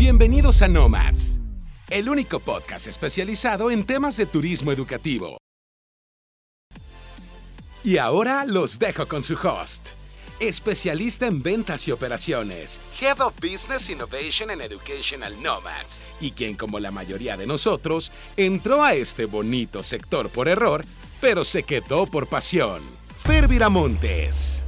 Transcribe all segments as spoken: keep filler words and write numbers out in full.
Bienvenidos a Nomads, el único podcast especializado en temas de turismo educativo. Y ahora los dejo con su host, especialista en ventas y operaciones, Head of Business Innovation and Educational Nomads, y quien, como la mayoría de nosotros, entró a este bonito sector por error, pero se quedó por pasión. Fer Viramontes.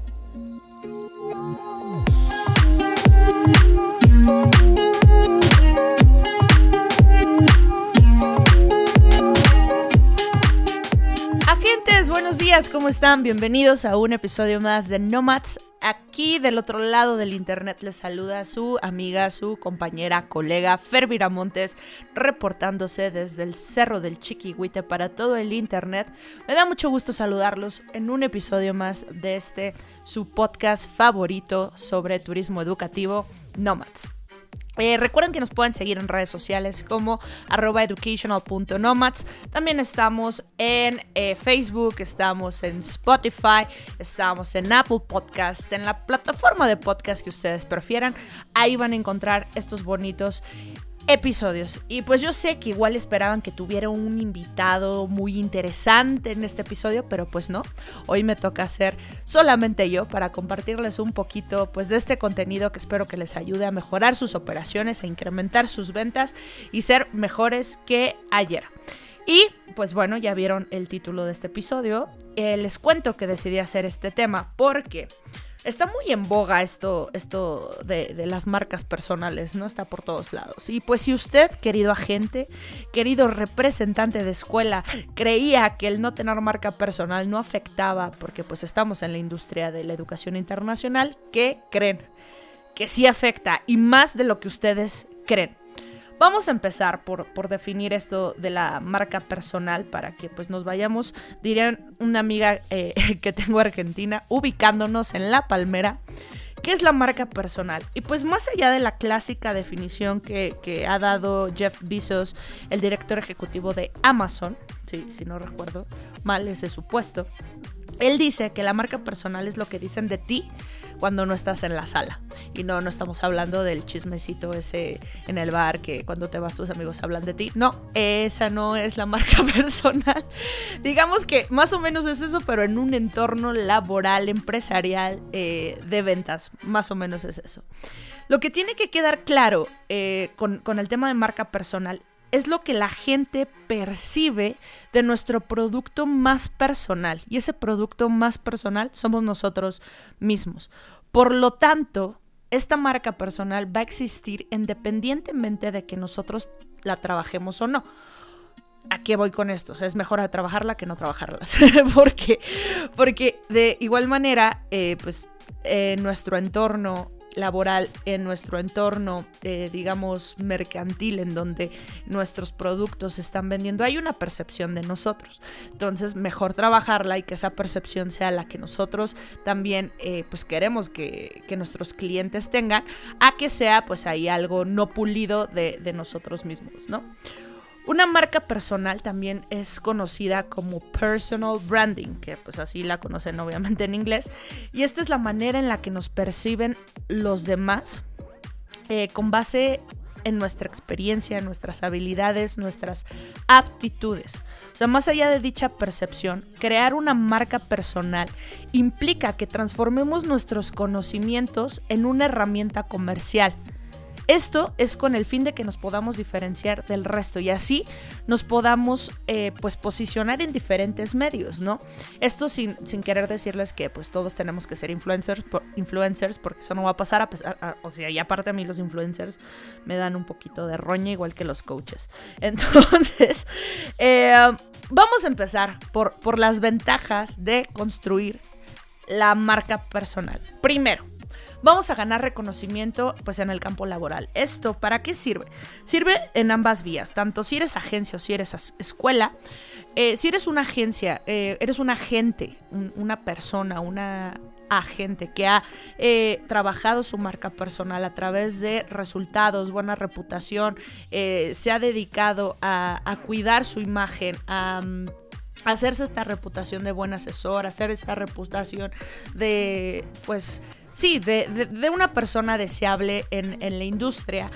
Agentes, buenos días, ¿cómo están? Bienvenidos a un episodio más de Nomads. Aquí del otro lado del internet les saluda su amiga, su compañera, colega Fer Viramontes, reportándose desde el Cerro del Chiquihuite para todo el internet. Me da mucho gusto saludarlos en un episodio más de este, su podcast favorito sobre turismo educativo, Nomads. Eh, recuerden que nos pueden seguir en redes sociales como arroba educational punto nomads. También estamos en eh, Facebook, estamos en Spotify, estamos en Apple Podcast, en la plataforma de podcast que ustedes prefieran. Ahí van a encontrar estos bonitos episodios. Y pues yo sé que igual esperaban que tuviera un invitado muy interesante en este episodio, pero pues no. Hoy me toca ser solamente yo para compartirles un poquito pues de este contenido que espero que les ayude a mejorar sus operaciones, a incrementar sus ventas y ser mejores que ayer. Y pues bueno, ya vieron el título de este episodio. Eh, les cuento que decidí hacer este tema porque está muy en boga esto, esto de, de las marcas personales, ¿no? Está por todos lados. Y pues si usted, querido agente, querido representante de escuela, creía que el no tener marca personal no afectaba, porque pues estamos en la industria de la educación internacional, ¿qué creen? Que sí afecta, y más de lo que ustedes creen. Vamos a empezar por, por definir esto de la marca personal para que pues nos vayamos, dirían una amiga eh, que tengo argentina, ubicándonos en la palmera. ¿Qué es la marca personal? Y pues más allá de la clásica definición que, que ha dado Jeff Bezos, el director ejecutivo de Amazon, sí, si no recuerdo mal ese supuesto, él dice que la marca personal es lo que dicen de ti cuando no estás en la sala. Y no, no estamos hablando del chismecito ese en el bar que cuando te vas tus amigos hablan de ti. No, esa no es la marca personal. Digamos que más o menos es eso, pero en un entorno laboral, empresarial, eh, de ventas. Más o menos es eso. Lo que tiene que quedar claro eh, con, con el tema de marca personal es lo que la gente percibe de nuestro producto más personal. Y ese producto más personal somos nosotros mismos. Por lo tanto, esta marca personal va a existir independientemente de que nosotros la trabajemos o no. ¿A qué voy con esto? O sea, es mejor trabajarla que no trabajarlas. ¿Por qué? Porque de igual manera, eh, pues, eh, nuestro entorno laboral, en nuestro entorno, eh, digamos, mercantil, en donde nuestros productos se están vendiendo, hay una percepción de nosotros. Entonces, mejor trabajarla y que esa percepción sea la que nosotros también, eh, pues, queremos que, que nuestros clientes tengan, a que sea, pues, ahí algo no pulido de, de nosotros mismos, ¿no? Una marca personal también es conocida como personal branding, que pues así la conocen obviamente en inglés. Y esta es la manera en la que nos perciben los demás eh, con base en nuestra experiencia, en nuestras habilidades, nuestras aptitudes. O sea, más allá de dicha percepción, crear una marca personal implica que transformemos nuestros conocimientos en una herramienta comercial. Esto es con el fin de que nos podamos diferenciar del resto y así nos podamos eh, pues posicionar en diferentes medios, ¿no? Esto sin, sin querer decirles que pues todos tenemos que ser influencers, por, influencers porque eso no va a pasar a pesar, a, o sea, y aparte a mí los influencers me dan un poquito de roña igual que los coaches. Entonces, eh, vamos a empezar por, por las ventajas de construir la marca personal. Primero, vamos a ganar reconocimiento pues en el campo laboral. ¿Esto para qué sirve? Sirve en ambas vías, tanto si eres agencia o si eres as- escuela. Eh, si eres una agencia, eh, eres un agente, un, una persona, una agente que ha eh, trabajado su marca personal a través de resultados, buena reputación, eh, se ha dedicado a, a cuidar su imagen, a um, hacerse esta reputación de buen asesor, hacer esta reputación de, pues, sí, de, de, de una persona deseable en, en la industria.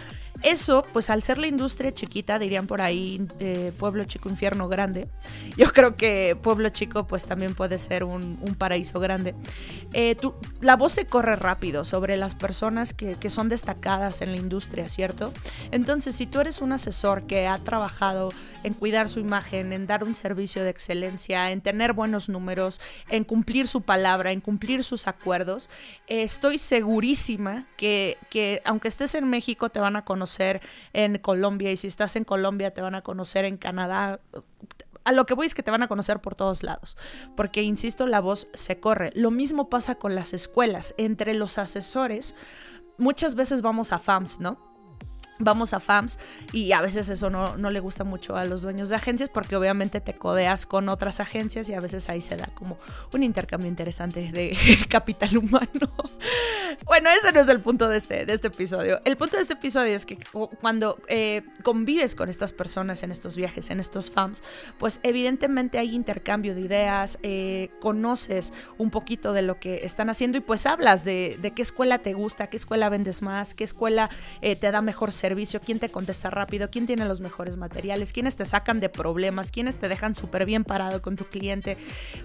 Eso, pues al ser la industria chiquita, dirían por ahí, eh, pueblo chico, infierno grande. Yo creo que pueblo chico pues también puede ser un, un paraíso grande. Eh, tú, la voz se corre rápido sobre las personas que, que son destacadas en la industria, ¿cierto? Entonces, si tú eres un asesor que ha trabajado en cuidar su imagen, en dar un servicio de excelencia, en tener buenos números, en cumplir su palabra, en cumplir sus acuerdos, eh, estoy segurísima que, que aunque estés en México te van a conocer en Colombia, y si estás en Colombia te van a conocer en Canadá. A lo que voy es que te van a conocer por todos lados, porque, insisto, la voz se corre. Lo mismo pasa con las escuelas. Entre los asesores, muchas veces vamos a F A M S, ¿no? Vamos a F A M S y a veces eso no, no le gusta mucho a los dueños de agencias, porque obviamente te codeas con otras agencias y a veces ahí se da como un intercambio interesante de capital humano. Bueno, ese no es el punto de este, de este episodio. El punto de este episodio es que cuando eh, convives con estas personas en estos viajes, en estos F A M S, pues evidentemente hay intercambio de ideas, eh, conoces un poquito de lo que están haciendo y pues hablas de, de qué escuela te gusta, qué escuela vendes más, qué escuela eh, te da mejor servicio, quién te contesta rápido, quién tiene los mejores materiales, quiénes te sacan de problemas, quiénes te dejan súper bien parado con tu cliente.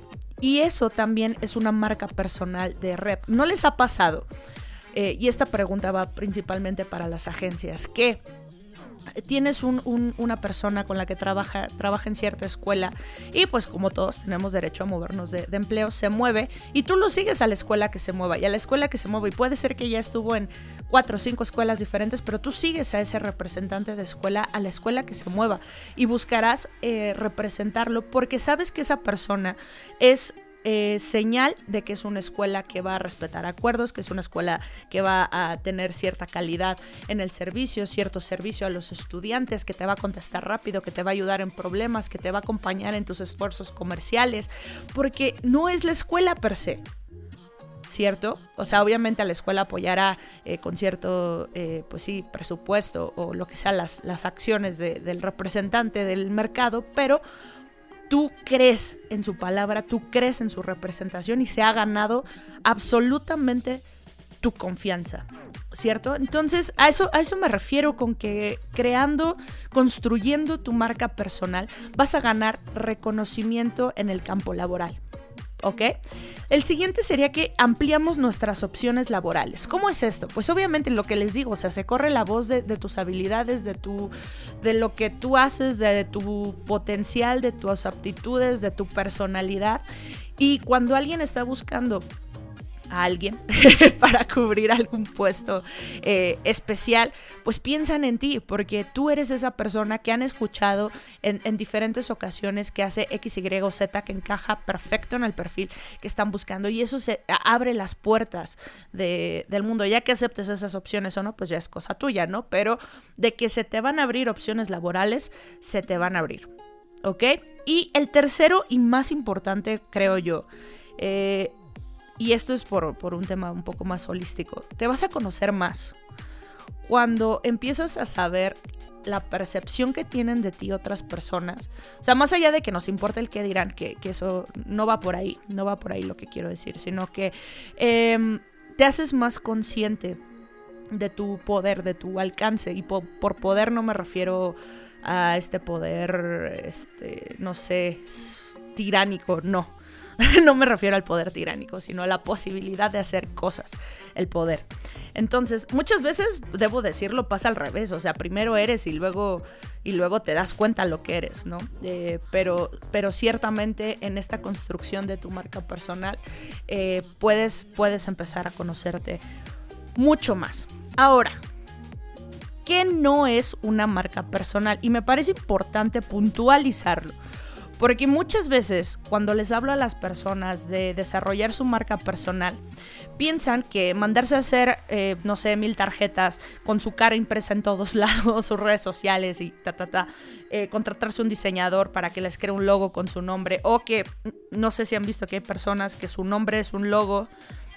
Y eso también es una marca personal de rep. ¿No les ha pasado? Eh, y esta pregunta va principalmente para las agencias, que tienes un, un, una persona con la que trabaja, trabaja en cierta escuela y pues como todos tenemos derecho a movernos de, de empleo, se mueve y tú lo sigues a la escuela que se mueva y a la escuela que se mueva, y puede ser que ya estuvo en cuatro o cinco escuelas diferentes, pero tú sigues a ese representante de escuela a la escuela que se mueva y buscarás eh, representarlo porque sabes que esa persona es Eh, señal de que es una escuela que va a respetar acuerdos, que es una escuela que va a tener cierta calidad en el servicio, cierto servicio a los estudiantes, que te va a contestar rápido, que te va a ayudar en problemas, que te va a acompañar en tus esfuerzos comerciales, porque no es la escuela per se, ¿cierto? O sea, obviamente a la escuela apoyará eh, con cierto, eh, pues sí, presupuesto o lo que sea las, las acciones de, del representante del mercado, pero tú crees en su palabra, tú crees en su representación y se ha ganado absolutamente tu confianza, ¿cierto? Entonces, a eso, a eso me refiero con que creando, construyendo tu marca personal, vas a ganar reconocimiento en el campo laboral. ¿Ok? El siguiente sería que ampliamos nuestras opciones laborales. ¿Cómo es esto? Pues obviamente lo que les digo, o sea, se corre la voz de, de tus habilidades, de, tu, de lo que tú haces, de, de tu potencial, de tus aptitudes, de tu personalidad. Y cuando alguien está buscando a alguien para cubrir algún puesto eh, especial, pues piensan en ti, porque tú eres esa persona que han escuchado en, en diferentes ocasiones que hace X, Y o Z, que encaja perfecto en el perfil que están buscando, y eso se abre las puertas de, del mundo. Ya que aceptes esas opciones o no, pues ya es cosa tuya, ¿no? Pero de que se te van a abrir opciones laborales, se te van a abrir, ¿ok? Y el tercero y más importante, creo yo, eh, y esto es por, por un tema un poco más holístico, te vas a conocer más cuando empiezas a saber la percepción que tienen de ti otras personas. O sea, más allá de que nos importe el qué dirán, que, que eso no va por ahí, no va por ahí lo que quiero decir, sino que eh, te haces más consciente de tu poder, de tu alcance. Y po- por poder no me refiero a este poder, este, no sé, tiránico, no. No me refiero al poder tiránico, sino a la posibilidad de hacer cosas, el poder. Entonces, muchas veces, debo decirlo, pasa al revés. O sea, primero eres y luego, y luego te das cuenta lo que eres, ¿no? Eh, pero, pero ciertamente en esta construcción de tu marca personal eh, puedes, puedes empezar a conocerte mucho más. Ahora, ¿qué no es una marca personal? Y me parece importante puntualizarlo. Porque muchas veces cuando les hablo a las personas de desarrollar su marca personal, piensan que mandarse a hacer, eh, no sé, mil tarjetas con su cara impresa en todos lados, sus redes sociales y ta, ta, ta, eh, contratarse un diseñador para que les cree un logo con su nombre, o que, no sé si han visto que hay personas que su nombre es un logo,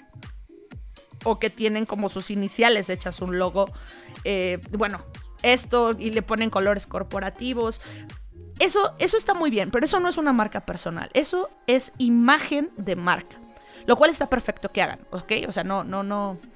o que tienen como sus iniciales hechas un logo, eh, bueno, esto, y le ponen colores corporativos. Eso, eso está muy bien, pero eso no es una marca personal. Eso es imagen de marca, lo cual está perfecto que hagan, ¿ok? O sea, no, no, no,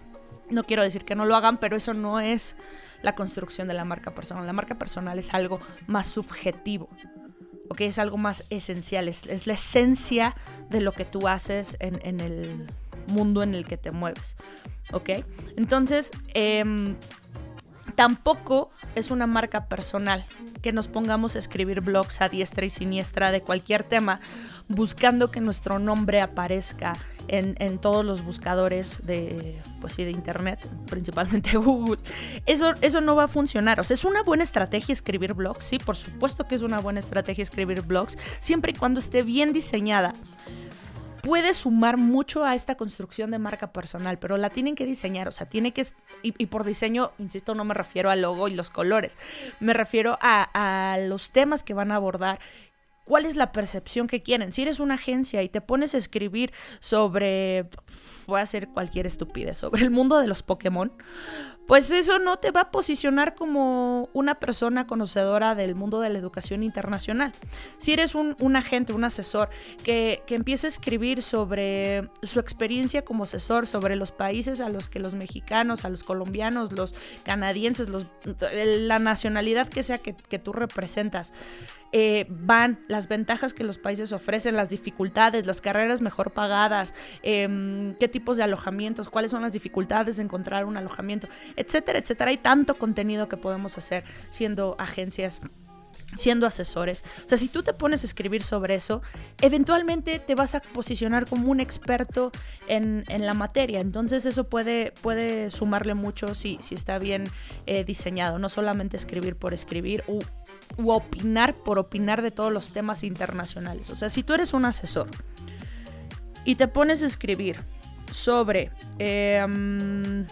No quiero decir que no lo hagan, pero eso no es la construcción de la marca personal. La marca personal es algo más subjetivo, ¿ok? Es algo más esencial, es, es la esencia de lo que tú haces en, en el mundo en el que te mueves, ¿ok? Entonces, eh, tampoco es una marca personal que nos pongamos a escribir blogs a diestra y siniestra de cualquier tema, buscando que nuestro nombre aparezca en, en todos los buscadores de, pues sí, de internet, principalmente Google. Eso, eso no va a funcionar. O sea, ¿es una buena estrategia escribir blogs? Sí, por supuesto que es una buena estrategia escribir blogs, siempre y cuando esté bien diseñada. Puede sumar mucho a esta construcción de marca personal, pero la tienen que diseñar, o sea, tiene que, y, y por diseño, insisto, no me refiero al logo y los colores, me refiero a, a los temas que van a abordar. ¿Cuál es la percepción que quieren? Si eres una agencia y te pones a escribir sobre, voy a hacer cualquier estupidez, sobre el mundo de los Pokémon, pues eso no te va a posicionar como una persona conocedora del mundo de la educación internacional. Si eres un, un agente, un asesor que, que empieza a escribir sobre su experiencia como asesor, sobre los países a los que los mexicanos, a los colombianos, los canadienses, los, la nacionalidad que sea que, que tú representas, eh, van, las ventajas que los países ofrecen, las dificultades, las carreras mejor pagadas, eh, qué tipos de alojamientos, cuáles son las dificultades de encontrar un alojamiento, etcétera, etcétera. Hay tanto contenido que podemos hacer siendo agencias, siendo asesores. O sea, si tú te pones a escribir sobre eso, eventualmente te vas a posicionar como un experto en, en la materia. Entonces eso puede, puede sumarle mucho si, si está bien eh, diseñado. No solamente escribir por escribir u, u opinar por opinar de todos los temas internacionales. O sea, si tú eres un asesor y te pones a escribir sobre... Eh, um,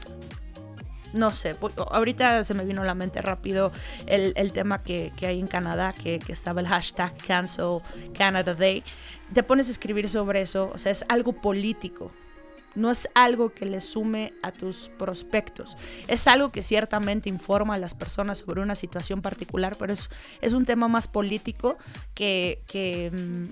No sé, ahorita se me vino a la mente rápido el, el tema que, que hay en Canadá, que, que estaba el hashtag Cancel Canada Day. Te pones a escribir sobre eso, o sea, es algo político. No es algo que le sume a tus prospectos. Es algo que ciertamente informa a las personas sobre una situación particular, pero es, es un tema más político que, que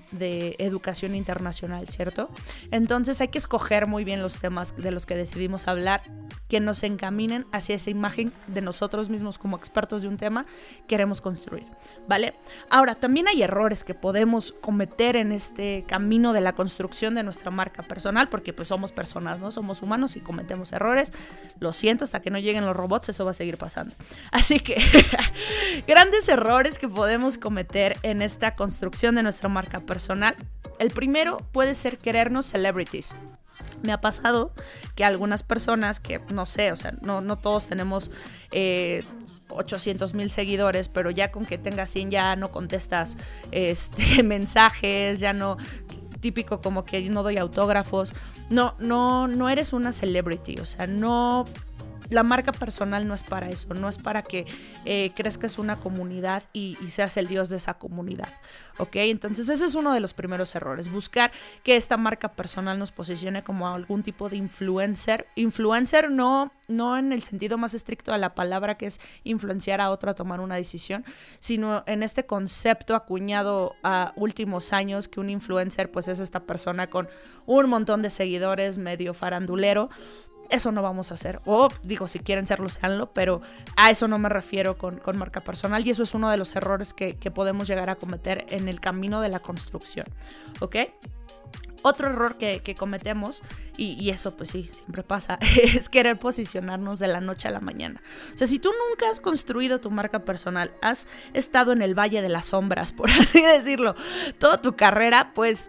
de educación internacional, ¿cierto? Entonces hay que escoger muy bien los temas de los que decidimos hablar, que nos encaminen hacia esa imagen de nosotros mismos como expertos de un tema que queremos construir, ¿vale? Ahora, también hay errores que podemos cometer en este camino de la construcción de nuestra marca personal, porque pues somos personas, ¿no? Somos humanos y cometemos errores. Lo siento, hasta que no lleguen los robots eso va a seguir pasando. Así que grandes errores que podemos cometer en esta construcción de nuestra marca personal. El primero puede ser creernos celebrities. Me ha pasado que algunas personas que, no sé, o sea, no, no todos tenemos eh, ochocientos mil seguidores, pero ya con que tengas cien ya no contestas este, mensajes, ya no... Típico como que no doy autógrafos. No, no, no eres una celebrity, o sea, no... La marca personal no es para eso, no es para que eh, crezcas una comunidad y, y seas el dios de esa comunidad, ¿ok? Entonces ese es uno de los primeros errores, buscar que esta marca personal nos posicione como algún tipo de influencer. Influencer no, no en el sentido más estricto de la palabra, que es influenciar a otro a tomar una decisión, sino en este concepto acuñado a últimos años, que un influencer pues es esta persona con un montón de seguidores, medio farandulero. Eso no vamos a hacer. O digo, si quieren serlo, seanlo, pero a eso no me refiero con, con marca personal. Y eso es uno de los errores que, que podemos llegar a cometer en el camino de la construcción, ¿ok? Otro error que, que cometemos, y, y eso pues sí, siempre pasa, es querer posicionarnos de la noche a la mañana. O sea, si tú nunca has construido tu marca personal, has estado en el valle de las sombras, por así decirlo, toda tu carrera, pues...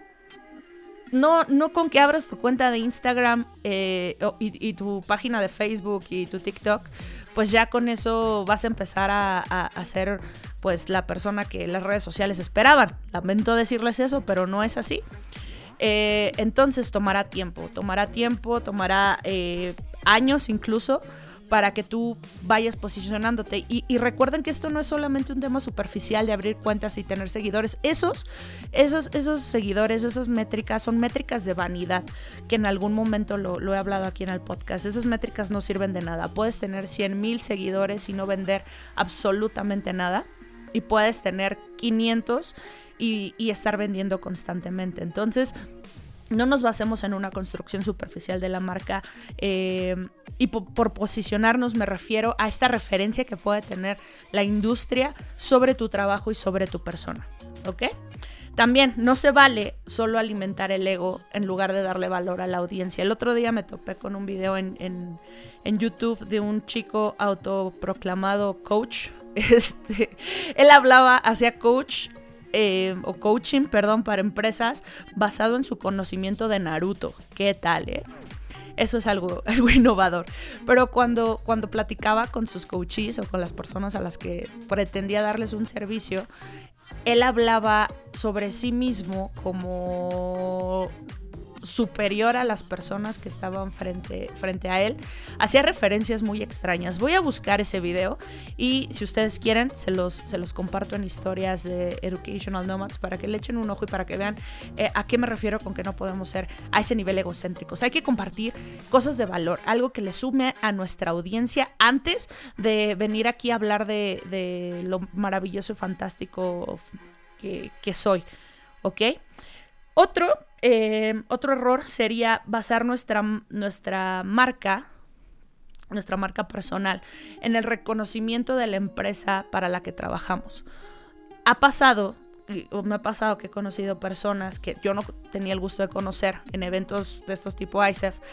No, no con que abras tu cuenta de Instagram eh, y, y tu página de Facebook y tu TikTok, pues ya con eso vas a empezar a, a, a ser pues la persona que las redes sociales esperaban. Lamento decirles eso, pero no es así. Eh, entonces tomará tiempo, tomará tiempo, tomará eh, años incluso, para que tú vayas posicionándote. Y, y recuerden que esto no es solamente un tema superficial de abrir cuentas y tener seguidores. Esos, esos, esos seguidores, esas métricas son métricas de vanidad, que en algún momento lo, lo he hablado aquí en el podcast. Esas métricas no sirven de nada. Puedes tener cien mil seguidores y no vender absolutamente nada. Y puedes tener quinientos y, y estar vendiendo constantemente. Entonces... no nos basemos en una construcción superficial de la marca, eh, y po- por posicionarnos me refiero a esta referencia que puede tener la industria sobre tu trabajo y sobre tu persona, ¿ok? También no se vale solo alimentar el ego en lugar de darle valor a la audiencia. El otro día me topé con un video en, en, en YouTube de un chico autoproclamado coach. Este, él hablaba, hacía coach eh, o coaching, perdón, para empresas basado en su conocimiento de Naruto. ¿Qué tal, eh? Eso es algo, algo innovador. Pero cuando, cuando platicaba con sus coaches o con las personas a las que pretendía darles un servicio, él hablaba sobre sí mismo como superior a las personas que estaban frente, frente a él. Hacía referencias muy extrañas. Voy a buscar ese video y si ustedes quieren se los, se los comparto en historias de Educational Nomads para que le echen un ojo y para que vean eh, a qué me refiero con que no podemos ser a ese nivel egocéntricos. Hay que compartir cosas de valor, algo que le sume a nuestra audiencia antes de venir aquí a hablar de, de lo maravilloso y fantástico que, que soy, ¿ok? Otro, eh, otro error sería basar nuestra, nuestra marca, nuestra marca personal, en el reconocimiento de la empresa para la que trabajamos. Ha pasado, o me ha pasado que he conocido personas que yo no tenía el gusto de conocer en eventos de estos tipo I S E F,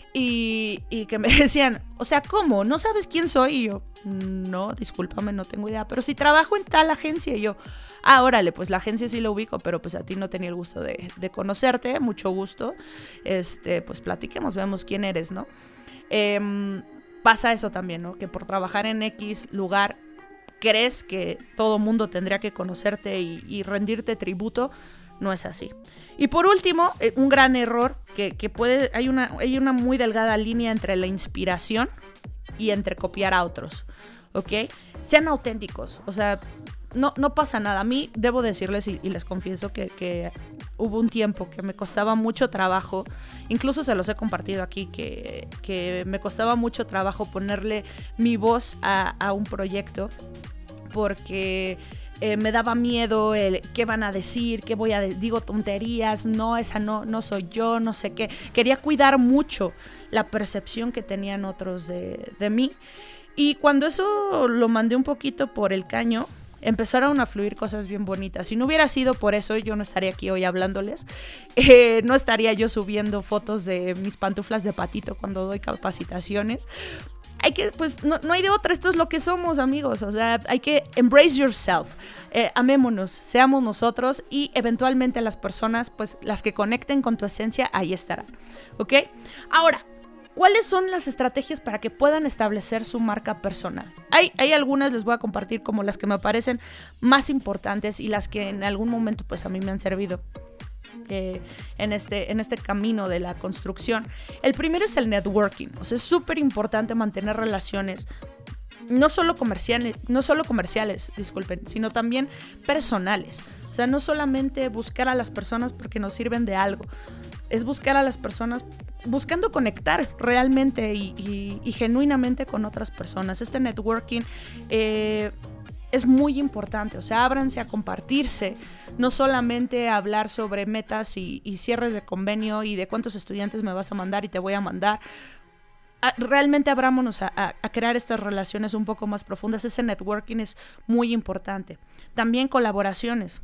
y, y que me decían, o sea, ¿cómo? ¿No sabes quién soy? Y yo, no, discúlpame, no tengo idea, pero si trabajo en tal agencia. Y yo, ah, órale, pues la agencia sí la ubico, pero pues a ti no tenía el gusto de, de conocerte, mucho gusto, este, pues platiquemos, veamos quién eres, ¿no? Eh, pasa eso también, ¿no? Que por trabajar en X lugar crees que todo mundo tendría que conocerte y, y rendirte tributo. No es así. Y por último, eh, un gran error que, que puede, hay una, hay una muy delgada línea entre la inspiración y entre copiar a otros, ¿ok? Sean auténticos, o sea, no, no pasa nada. A mí debo decirles y, y les confieso que, que hubo un tiempo que me costaba mucho trabajo, incluso se los he compartido aquí, que, que me costaba mucho trabajo ponerle mi voz a, a un proyecto porque Eh, me daba miedo el qué van a decir, qué voy a decir, digo tonterías, no, esa no, no soy yo, no sé qué. Quería cuidar mucho la percepción que tenían otros de, de mí. Y cuando eso lo mandé un poquito por el caño, empezaron a fluir cosas bien bonitas. Si no hubiera sido por eso, yo no estaría aquí hoy hablándoles. Eh, no estaría yo subiendo fotos de mis pantuflas de patito cuando doy capacitaciones. Hay que, pues, no, no hay de otra, esto es lo que somos, amigos, o sea, hay que embrace yourself, eh, amémonos, seamos nosotros y eventualmente las personas, pues, las que conecten con tu esencia, ahí estarán, ¿ok? Ahora, ¿cuáles son las estrategias para que puedan establecer su marca personal? Hay, hay algunas, les voy a compartir como las que me parecen más importantes y las que en algún momento, pues, a mí me han servido. Eh, en, este, en este camino de la construcción. El primero es el networking. O sea, es súper importante mantener relaciones no solo comerciales, no solo comerciales, disculpen, sino también personales. O sea, no solamente buscar a las personas porque nos sirven de algo, es buscar a las personas buscando conectar realmente y, y, y genuinamente con otras personas. Este networking eh, es muy importante, o sea, ábranse a compartirse, no solamente a hablar sobre metas y, y cierres de convenio y de cuántos estudiantes me vas a mandar y te voy a mandar. A, realmente abrámonos a, a, a crear estas relaciones un poco más profundas. Ese networking es muy importante. También colaboraciones.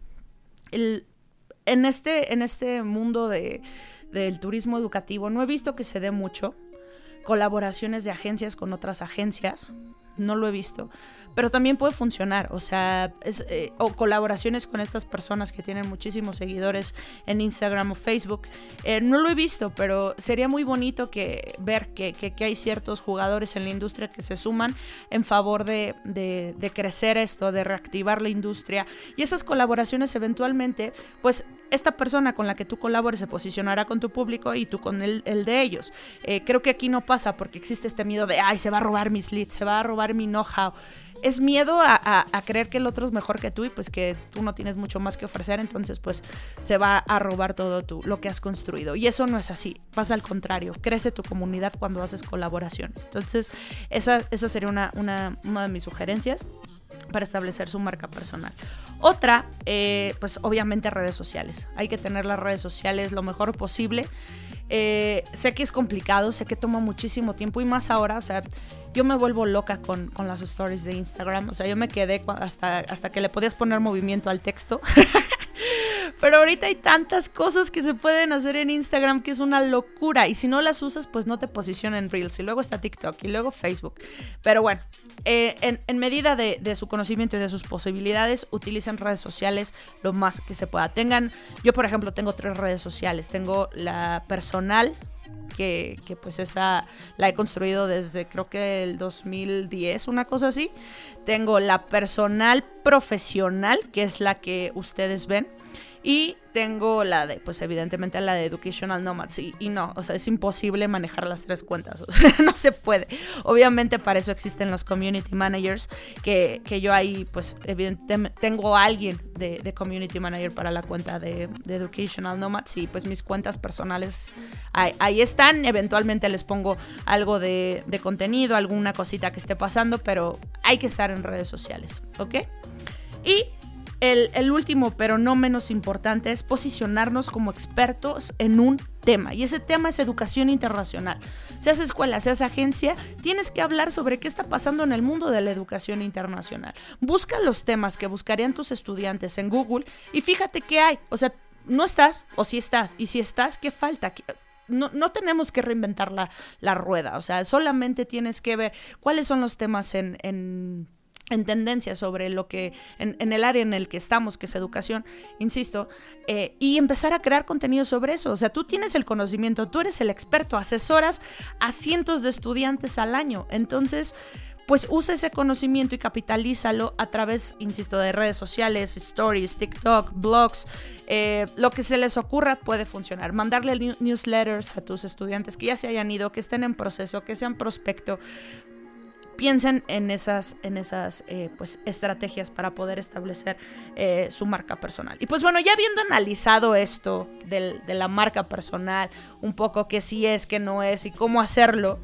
El, en, este, en este mundo de, del turismo educativo no he visto que se dé mucho colaboraciones de agencias con otras agencias, no lo he visto, pero también puede funcionar, o sea, es, eh, o colaboraciones con estas personas que tienen muchísimos seguidores en Instagram o Facebook, eh, no lo he visto, pero sería muy bonito que ver que, que, que hay ciertos jugadores en la industria que se suman en favor de, de, de crecer esto, de reactivar la industria, y esas colaboraciones eventualmente, pues esta persona con la que tú colabores se posicionará con tu público y tú con el, el de ellos. Eh, creo que aquí no pasa porque existe este miedo de, ay, se va a robar mis leads, se va a robar mi know-how. Es miedo a, a, a creer que el otro es mejor que tú y pues que tú no tienes mucho más que ofrecer, entonces pues se va a robar todo tu, lo que has construido. Y eso no es así, pasa al contrario, crece tu comunidad cuando haces colaboraciones. Entonces esa, esa sería una, una, una de mis sugerencias. para establecer su marca personal. Otra, eh, pues obviamente redes sociales. Hay que tener las redes sociales lo mejor posible. Eh, sé que es complicado, sé que toma muchísimo tiempo y más ahora, o sea, yo me vuelvo loca con, con las stories de Instagram. O sea, yo me quedé hasta, hasta que le podías poner movimiento al texto. Pero ahorita hay tantas cosas que se pueden hacer en Instagram que es una locura. Y si no las usas, pues no te posiciona en Reels. Y luego está TikTok y luego Facebook. Pero bueno, eh, en, en medida de, de su conocimiento y de sus posibilidades, utilicen redes sociales lo más que se pueda. Tengan, yo por ejemplo tengo tres redes sociales. Tengo la personal, que, que pues esa la he construido desde creo que el dos mil diez, una cosa así. Tengo la personal profesional, que es la que ustedes ven. Y tengo la de, pues evidentemente la de Educational Nomads y, y no, o sea, es imposible manejar las tres cuentas, o sea, no se puede. Obviamente para eso existen los community managers, que, que yo ahí pues evidentemente tengo a alguien de, de community manager para la cuenta de, de Educational Nomads y pues mis cuentas personales ahí, ahí están. Eventualmente les pongo algo de, de contenido, alguna cosita que esté pasando, pero hay que estar en redes sociales, ¿ok? Y El, el último, pero no menos importante, es posicionarnos como expertos en un tema. Y ese tema es educación internacional. Seas escuela, seas agencia, tienes que hablar sobre qué está pasando en el mundo de la educación internacional. Busca los temas que buscarían tus estudiantes en Google y fíjate qué hay. O sea, no estás o sí estás. Y si estás, ¿qué falta? No, no tenemos que reinventar la, la rueda. O sea, solamente tienes que ver cuáles son los temas en... en en tendencia sobre lo que, en, en el área en el que estamos, que es educación, insisto, eh, y empezar a crear contenido sobre eso. O sea, tú tienes el conocimiento, tú eres el experto, asesoras a cientos de estudiantes al año. Entonces, pues usa ese conocimiento y capitalízalo a través, insisto, de redes sociales, stories, TikTok, blogs, eh, lo que se les ocurra puede funcionar. Mandarle newsletters a tus estudiantes que ya se hayan ido, que estén en proceso, que sean prospecto. Piensen en esas, en esas eh, pues, estrategias para poder establecer eh, su marca personal. Y pues bueno, ya habiendo analizado esto del, de la marca personal, un poco qué sí es, qué no es y cómo hacerlo,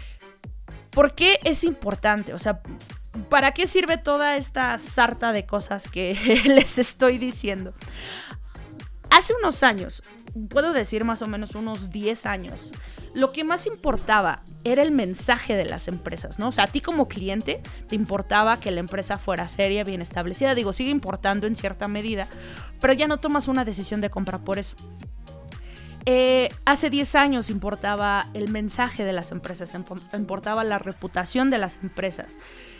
¿por qué es importante? O sea, ¿para qué sirve toda esta sarta de cosas que les estoy diciendo? Hace unos años, puedo decir más o menos unos diez años, lo que más importaba era el mensaje de las empresas, ¿no? O sea, a ti como cliente te importaba que la empresa fuera seria, bien establecida. Digo, sigue importando en cierta medida, pero ya no tomas una decisión de compra por eso. Eh, hace diez años importaba el mensaje de las empresas, importaba la reputación de las empresas.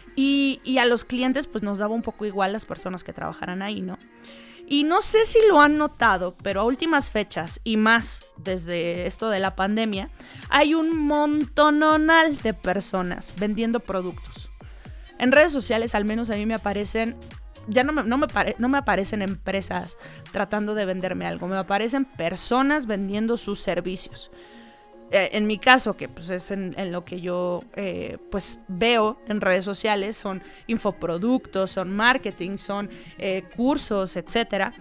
Y, y a los clientes pues nos daba un poco igual las personas que trabajaran ahí, ¿no? Y no sé si lo han notado, pero a últimas fechas y más desde esto de la pandemia, hay un montononal de personas vendiendo productos. En redes sociales al menos a mí me aparecen, ya no me, no me, pare, no me aparecen empresas tratando de venderme algo, me aparecen personas vendiendo sus servicios. Eh, en mi caso, que pues es en, en lo que yo eh, pues veo en redes sociales, son infoproductos, son marketing, son eh, cursos, etcétera.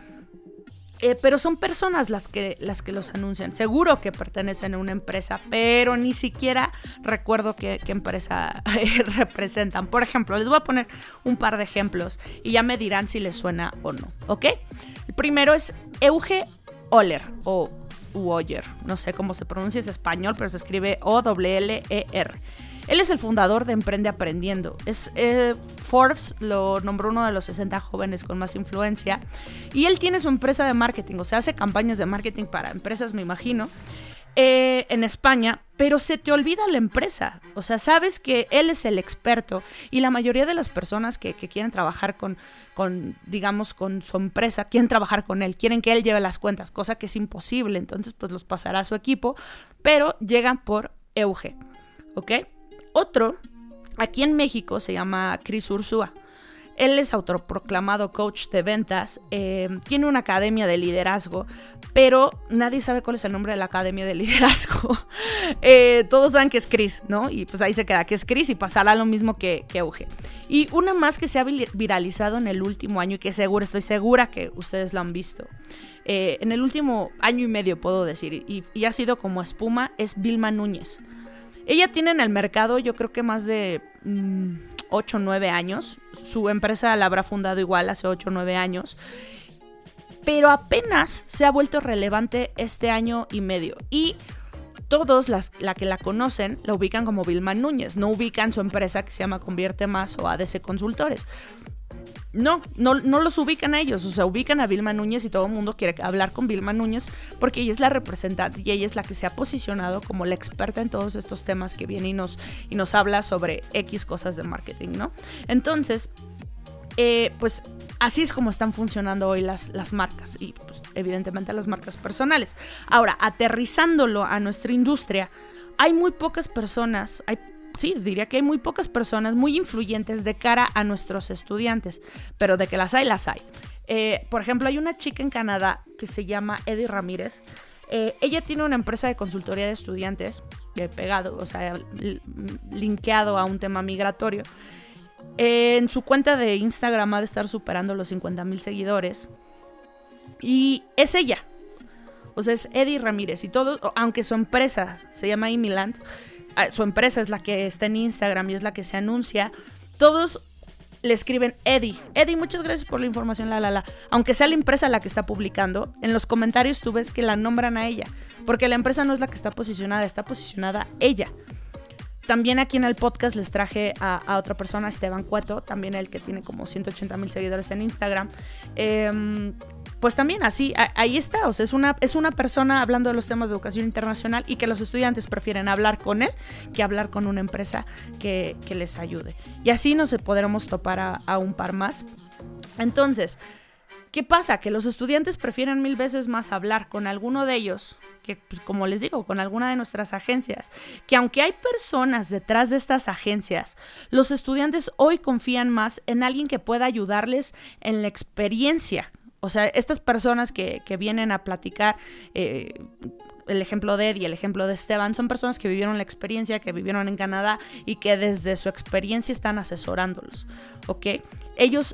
Eh, pero son personas las que, las que los anuncian. Seguro que pertenecen a una empresa, pero ni siquiera recuerdo qué, qué empresa eh, representan. Por ejemplo, les voy a poner un par de ejemplos y ya me dirán si les suena o no, ¿ok? El primero es Euge Oller o Oller, no sé cómo se pronuncia, es español, pero se escribe O L L E R. Él es el fundador de Emprende Aprendiendo. Es, eh, Forbes lo nombró uno de los sesenta jóvenes con más influencia y él tiene su empresa de marketing, o sea, hace campañas de marketing para empresas, me imagino, eh, en España, pero se te olvida la empresa. O sea, sabes que él es el experto y la mayoría de las personas que, que quieren trabajar con, con, digamos, con su empresa, quieren trabajar con él, quieren que él lleve las cuentas, cosa que es imposible. Entonces, pues los pasará a su equipo, pero llegan por Euge, ¿ok? Otro, aquí en México, se llama Chris Ursúa. Él es autoproclamado coach de ventas, eh, tiene una academia de liderazgo, pero nadie sabe cuál es el nombre de la academia de liderazgo. eh, todos saben que es Chris, ¿no? Y pues ahí se queda, que es Chris y pasará lo mismo que, que Euge. Y una más que se ha viralizado en el último año y que seguro, estoy segura que ustedes lo han visto. Eh, en el último año y medio, puedo decir, y, y ha sido como espuma, es Vilma Núñez. Ella tiene en el mercado, yo creo que más de... Mmm, ocho o nueve años. Su empresa la habrá fundado igual hace ocho o nueve años. Pero apenas se ha vuelto relevante este año y medio. Y todos las la que la conocen la ubican como Vilma Núñez. No ubican su empresa que se llama Convierte Más o A D C Consultores. No, no, no los ubican a ellos, o sea, ubican a Vilma Núñez y todo el mundo quiere hablar con Vilma Núñez porque ella es la representante y ella es la que se ha posicionado como la experta en todos estos temas que viene y nos, y nos habla sobre X cosas de marketing, ¿no? Entonces, eh, pues así es como están funcionando hoy las, las marcas y pues, evidentemente las marcas personales. Ahora, aterrizándolo a nuestra industria, hay muy pocas personas, hay Sí, diría que hay muy pocas personas muy influyentes de cara a nuestros estudiantes, pero de que las hay, las hay. Eh, por ejemplo, hay una chica en Canadá que se llama Eddie Ramírez. Eh, ella tiene una empresa de consultoría de estudiantes, eh, pegado, o sea, linkeado a un tema migratorio. Eh, en su cuenta de Instagram ha de estar superando los cincuenta mil seguidores. Y es ella. O sea, es Eddie Ramírez. Y todo, aunque su empresa se llama Imiland, su empresa es la que está en Instagram y es la que se anuncia, todos le escriben Eddie. Eddie, muchas gracias por la información, la, la, la. Aunque sea la empresa la que está publicando, en los comentarios tú ves que la nombran a ella, porque la empresa no es la que está posicionada, está posicionada ella. También aquí en el podcast les traje a, a otra persona, Esteban Cueto, también el que tiene como ciento ochenta mil seguidores en Instagram. Eh, pues también así, a, ahí está, o sea, es una, es una persona hablando de los temas de educación internacional y que los estudiantes prefieren hablar con él que hablar con una empresa que, que les ayude. Y así nos podremos topar a, a un par más. Entonces, ¿qué pasa? Que los estudiantes prefieren mil veces más hablar con alguno de ellos que, pues, como les digo, con alguna de nuestras agencias, que aunque hay personas detrás de estas agencias, los estudiantes hoy confían más en alguien que pueda ayudarles en la experiencia. O sea, estas personas que, que vienen a platicar, eh, el ejemplo de Eddie, el ejemplo de Esteban, son personas que vivieron la experiencia, que vivieron en Canadá y que desde su experiencia están asesorándolos, ¿ok? Ellos,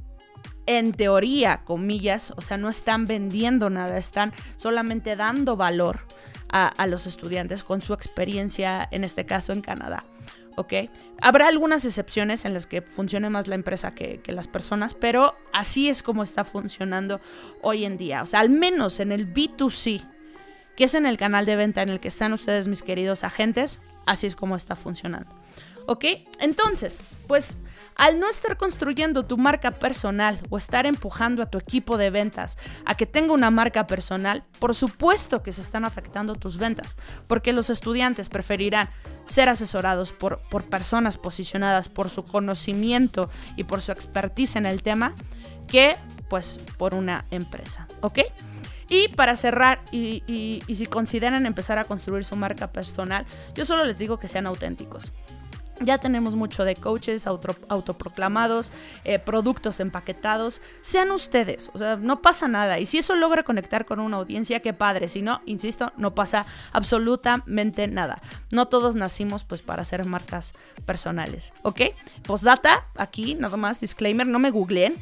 en teoría, comillas, o sea, no están vendiendo nada, están solamente dando valor a, a los estudiantes con su experiencia, en este caso en Canadá. ¿Ok? Habrá algunas excepciones en las que funcione más la empresa que, que las personas, pero así es como está funcionando hoy en día. O sea, al menos en el B dos C, que es en el canal de venta en el que están ustedes, mis queridos agentes, así es como está funcionando. ¿Ok? Entonces, pues, al no estar construyendo tu marca personal o estar empujando a tu equipo de ventas a que tenga una marca personal, por supuesto que se están afectando tus ventas, porque los estudiantes preferirán ser asesorados por, por personas posicionadas por su conocimiento y por su expertise en el tema que, pues, por una empresa, ¿ok? Y para cerrar, y, y, y si consideran empezar a construir su marca personal, yo solo les digo que sean auténticos. Ya tenemos mucho de coaches auto, autoproclamados, eh, productos empaquetados. Sean ustedes, o sea, no pasa nada. Y si eso logra conectar con una audiencia, qué padre. Si no, insisto, no pasa absolutamente nada. No todos nacimos pues para hacer marcas personales, ¿ok? Postdata, aquí nada más, disclaimer, no me googleen.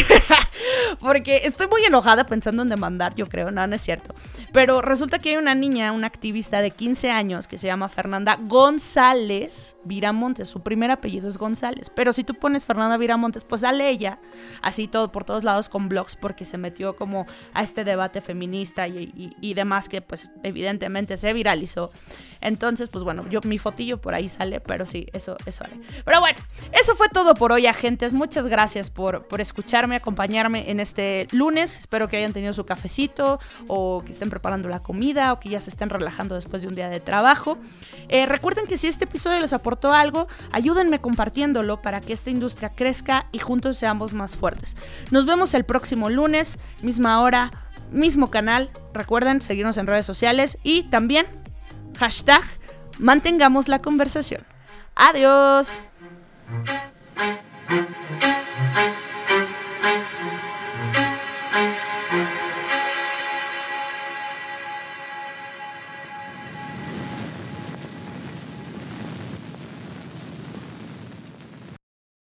Porque estoy muy enojada pensando en demandar, yo creo, no, no es cierto. Pero resulta que hay una niña, una activista de quince años que se llama Fernanda González Viramontes. Su primer apellido es González. Pero si tú pones Fernanda Viramontes, pues sale ella, así todo por todos lados con blogs, porque se metió como a este debate feminista y, y, y demás que pues evidentemente se viralizó. Entonces, pues bueno, yo mi fotillo por ahí sale, pero sí, eso, eso haré. Pero bueno, eso fue todo por hoy, agentes. Muchas gracias por, por escucharme, acompañarme en este lunes. Espero que hayan tenido su cafecito o que estén preparando la comida o que ya se estén relajando después de un día de trabajo. Eh, recuerden que si este episodio les aportó algo, ayúdenme compartiéndolo para que esta industria crezca y juntos seamos más fuertes. Nos vemos el próximo lunes, misma hora, mismo canal. Recuerden seguirnos en redes sociales y también hashtag mantengamos la conversación. Adiós.